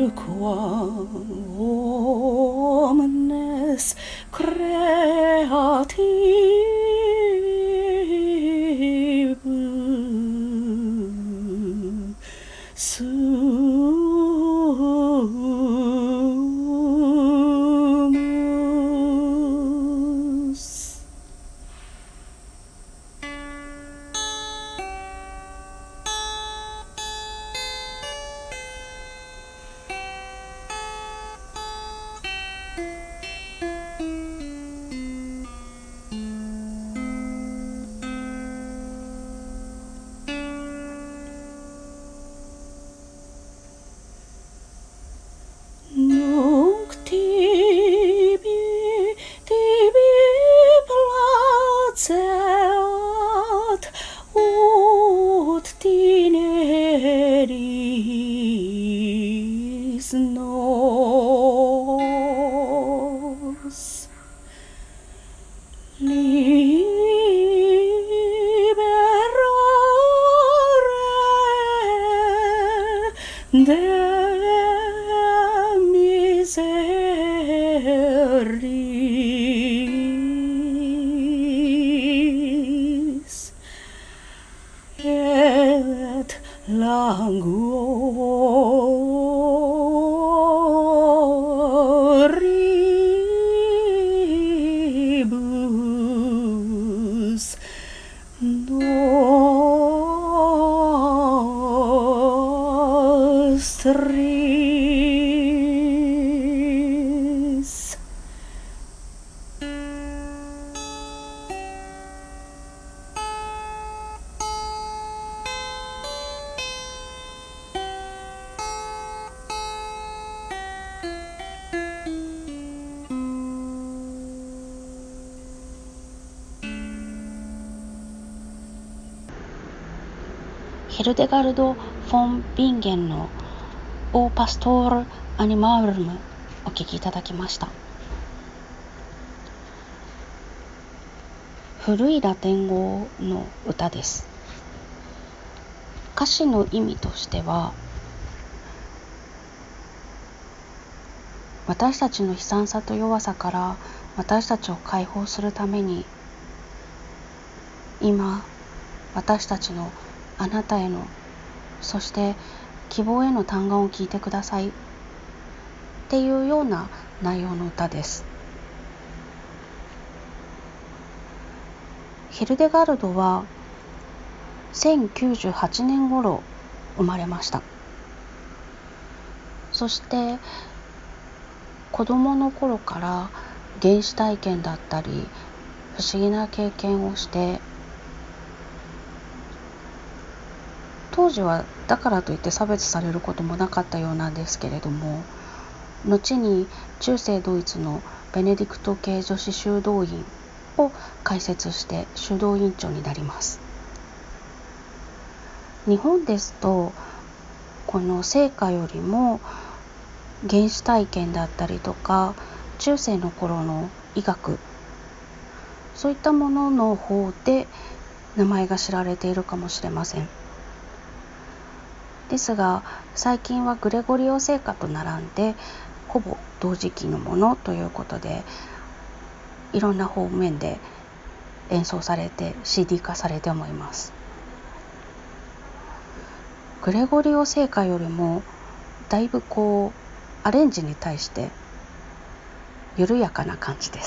quam omnes creatibus sumus. Nunc tibi placeat ut tineris nos liberare de miseris et languoribus nostris. ヒルデガルド・フォン・ビンゲンのオーパストール・アニマルムお聴きいただきました。古いラテン語の歌です。歌詞の意味としては、私たちの悲惨さと弱さから私たちを解放するために、今私たちのあなたへの、そして希望への嘆願を聞いてくださいっていうような内容の歌です。ヒルデガルドは1098年頃生まれました。そして子供の頃から原始体験だったり不思議な経験をして、当時はだからといって差別されることもなかったようなんですけれども、後に中世ドイツのベネディクト系女子修道院を開設して修道院長になります。日本ですとこの聖歌よりも原始体験だったりとか中世の頃の医学、そういったものの方で名前が知られているかもしれません。ですが最近はグレゴリオ聖歌と並んでほぼ同時期のものということで、いろんな方面で演奏されて CD 化されてもいます。グレゴリオ聖歌よりもだいぶアレンジに対して緩やかな感じです。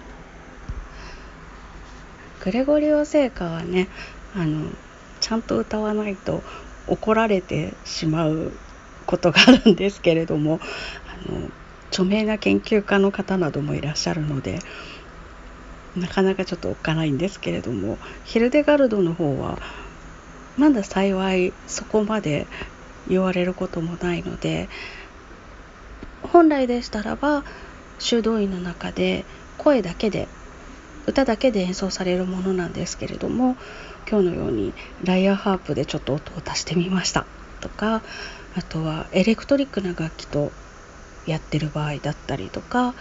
グレゴリオ聖歌はね、ちゃんと歌わないと怒られてしまうことがあるんですけれども、著名な研究家の方などもいらっしゃるのでなかなかちょっとおっかないんですけれども、ヒルデガルドの方はまだ幸いそこまで言われることもないので、本来でしたらば修道院の中で声だけで歌だけで演奏されるものなんですけれども、今日のようにライアーハープでちょっと音を足してみましたとか、あとはエレクトリックな楽器とやってる場合だったりとか、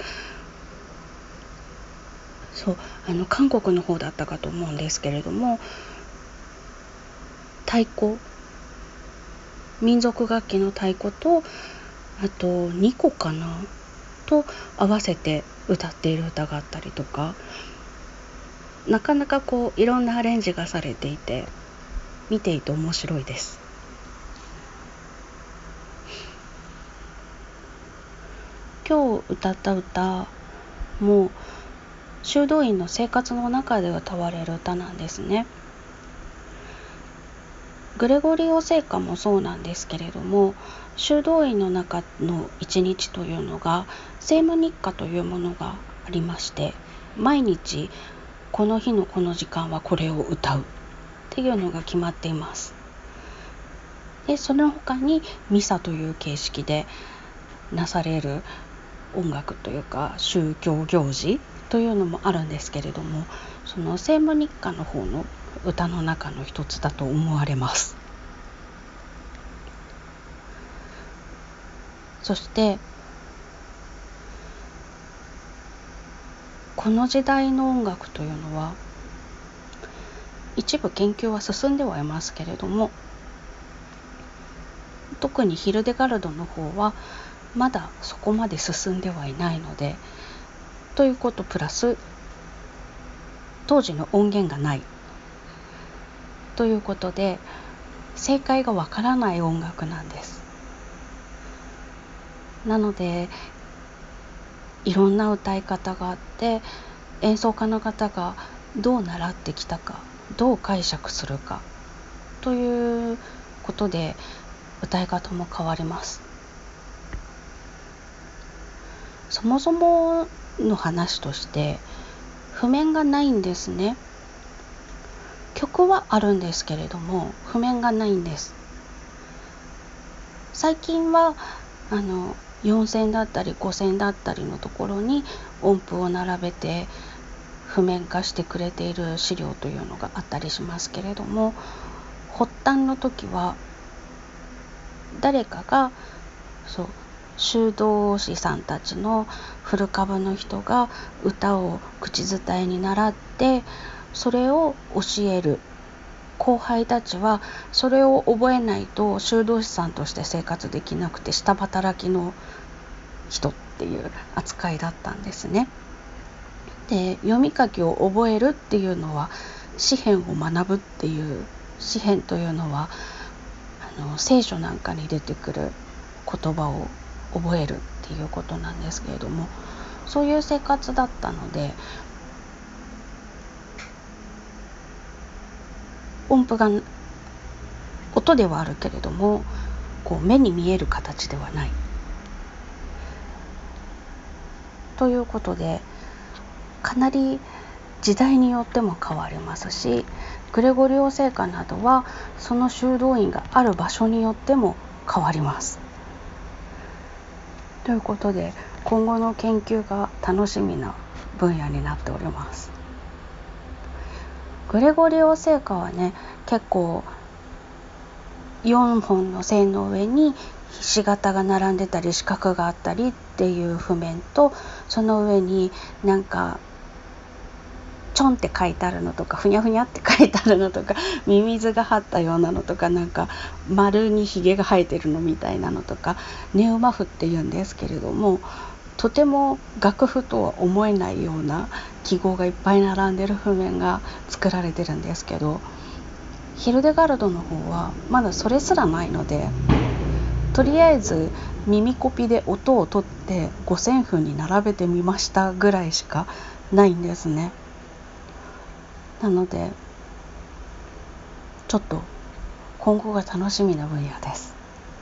韓国の方だったかと思うんですけれども、太鼓、民族楽器の太鼓とあと2個かなと合わせて歌っている歌があったりとか、なかなかいろんなアレンジがされていて見ていて面白いです。今日歌った歌も修道院の生活の中で歌われる歌なんですね。グレゴリオ聖歌もそうなんですけれども、修道院の中の一日というのが聖夢日課というものがありまして、毎日この日のこの時間はこれを歌うっていうのが決まっています。でその他にミサという形式でなされる音楽というか宗教行事というのもあるんですけれども、その聖夢日課の方の歌の中の一つだと思われます。そしてこの時代の音楽というのは一部研究は進んではいますけれども、特にヒルデガルドの方はまだそこまで進んではいないので、ということプラス当時の音源がないということで正解がわからない音楽なんです。なのでいろんな歌い方があって、演奏家の方がどう習ってきたか、どう解釈するかということで歌い方も変わります。そもそもの話として譜面がないんですね。曲はあるんですけれども譜面がないんです。最近は4線だったり5線だったりのところに音符を並べて譜面化してくれている資料というのがあったりしますけれども、発端の時は誰かが修道士さんたちの古株の人が歌を口伝えに習ってそれを教える後輩たちはそれを覚えないと修道士さんとして生活できなくて下働きの人っていう扱いだったんですね。で読み書きを覚えるっていうのは詩編を学ぶっていう、詩編というのは聖書なんかに出てくる言葉を覚えるっていうことなんですけれども、そういう生活だったので音符が音ではあるけれども目に見える形ではないということで、かなり時代によっても変わりますし、グレゴリオ聖歌などはその修道院がある場所によっても変わります。ということで今後の研究が楽しみな分野になっております。グレゴリオ聖歌はね、結構4本の線の上にひし形が並んでたり四角があったりっていう譜面と、その上になんかちょんって書いてあるのとかふにゃふにゃって書いてあるのとかミミズが張ったようなのとか、なんか丸にひげが生えてるのみたいなのとかネウマ譜っていうんですけれども、とても楽譜とは思えないような記号がいっぱい並んでる譜面が作られてるんですけど、ヒルデガルドの方はまだそれすらないので、とりあえず耳コピで音を取って五線譜に並べてみましたぐらいしかないんですね。なのでちょっと今後が楽しみな分野です。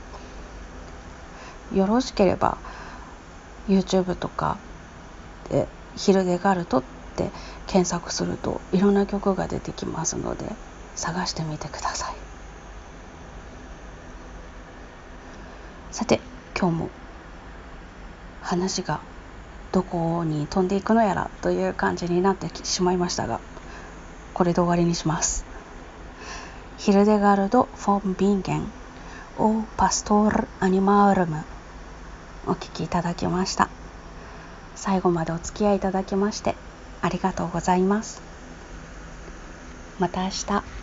よろしければ YouTube とかでヒルデガルトって検索するといろんな曲が出てきますので探してみてください。さて今日も話がどこに飛んでいくのやらという感じになってしまいましたが、これで終わりにします。ヒルデガルド・フォン・ビンゲンオ・パストール・アニマールムお聞きいただきました。最後までお付き合いいただきましてありがとうございます。また明日。